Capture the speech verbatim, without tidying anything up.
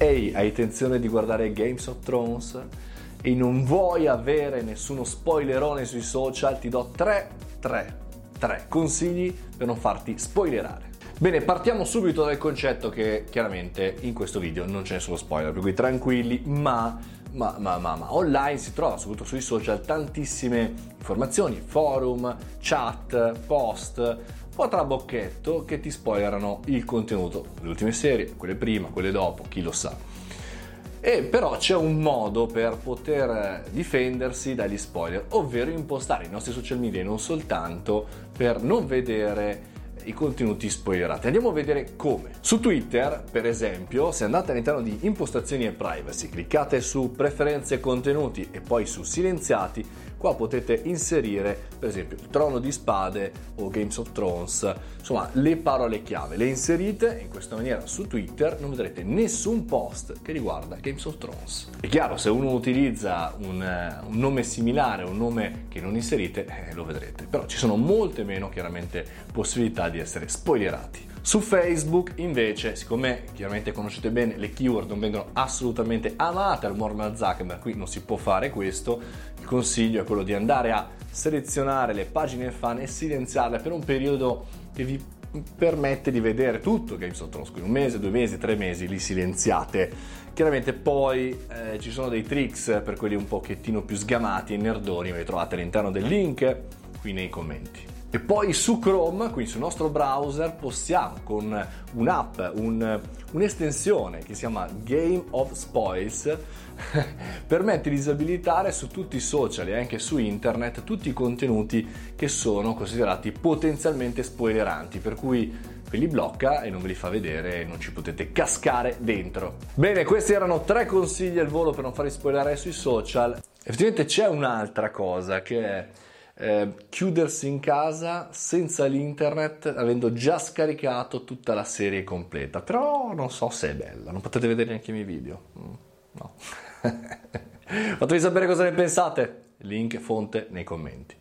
Ehi, hai intenzione di guardare Games of Thrones e non vuoi avere nessuno spoilerone sui social? Ti do tre, tre, tre consigli per non farti spoilerare. Bene, partiamo subito dal concetto che chiaramente in questo video non c'è nessuno spoiler, per cui tranquilli, ma, ma, ma, ma, ma online si trova, soprattutto sui social, tantissime informazioni, forum, chat, post, un po' trabocchetto che ti spoilerano il contenuto, le ultime serie, quelle prima, quelle dopo, chi lo sa. E però c'è un modo per poter difendersi dagli spoiler, ovvero impostare i nostri social media, non soltanto per non vedere i contenuti spoilerati. Andiamo a vedere come. Su Twitter, per esempio, se andate all'interno di impostazioni e privacy, cliccate su preferenze contenuti e poi su silenziati, qua potete inserire per esempio il Trono di Spade o Games of Thrones, insomma le parole chiave, le inserite in questa maniera su Twitter, non vedrete nessun post che riguarda Games of Thrones. È chiaro, se uno utilizza un, un nome similare, un nome che non inserite, eh, lo vedrete, però ci sono molte meno chiaramente possibilità di essere spoilerati. Su Facebook invece, siccome chiaramente conoscete bene le keyword non vengono assolutamente amate al Mark Zuckerberg, qui non si può fare questo, il consiglio è quello di andare a selezionare le pagine fan e silenziarle per un periodo che vi permette di vedere tutto Games of Thrones, quindi un mese, due mesi, tre mesi, li silenziate. Chiaramente poi eh, ci sono dei tricks per quelli un pochettino più sgamati e nerdoni, li trovate all'interno del link qui nei commenti. E poi su Chrome, quindi sul nostro browser, possiamo con un'app, un, un'estensione che si chiama Game of Spoils, permette di disabilitare su tutti i social e anche su internet tutti i contenuti che sono considerati potenzialmente spoileranti, per cui ve li blocca e non ve li fa vedere e non ci potete cascare dentro. Bene, questi erano tre consigli al volo per non farvi spoilerare sui social. Effettivamente c'è un'altra cosa che è Eh, chiudersi in casa senza l'internet avendo già scaricato tutta la serie completa, però non so se è bella, non potete vedere neanche i miei video, mm, no. Fatemi sapere cosa ne pensate, link fonte nei commenti.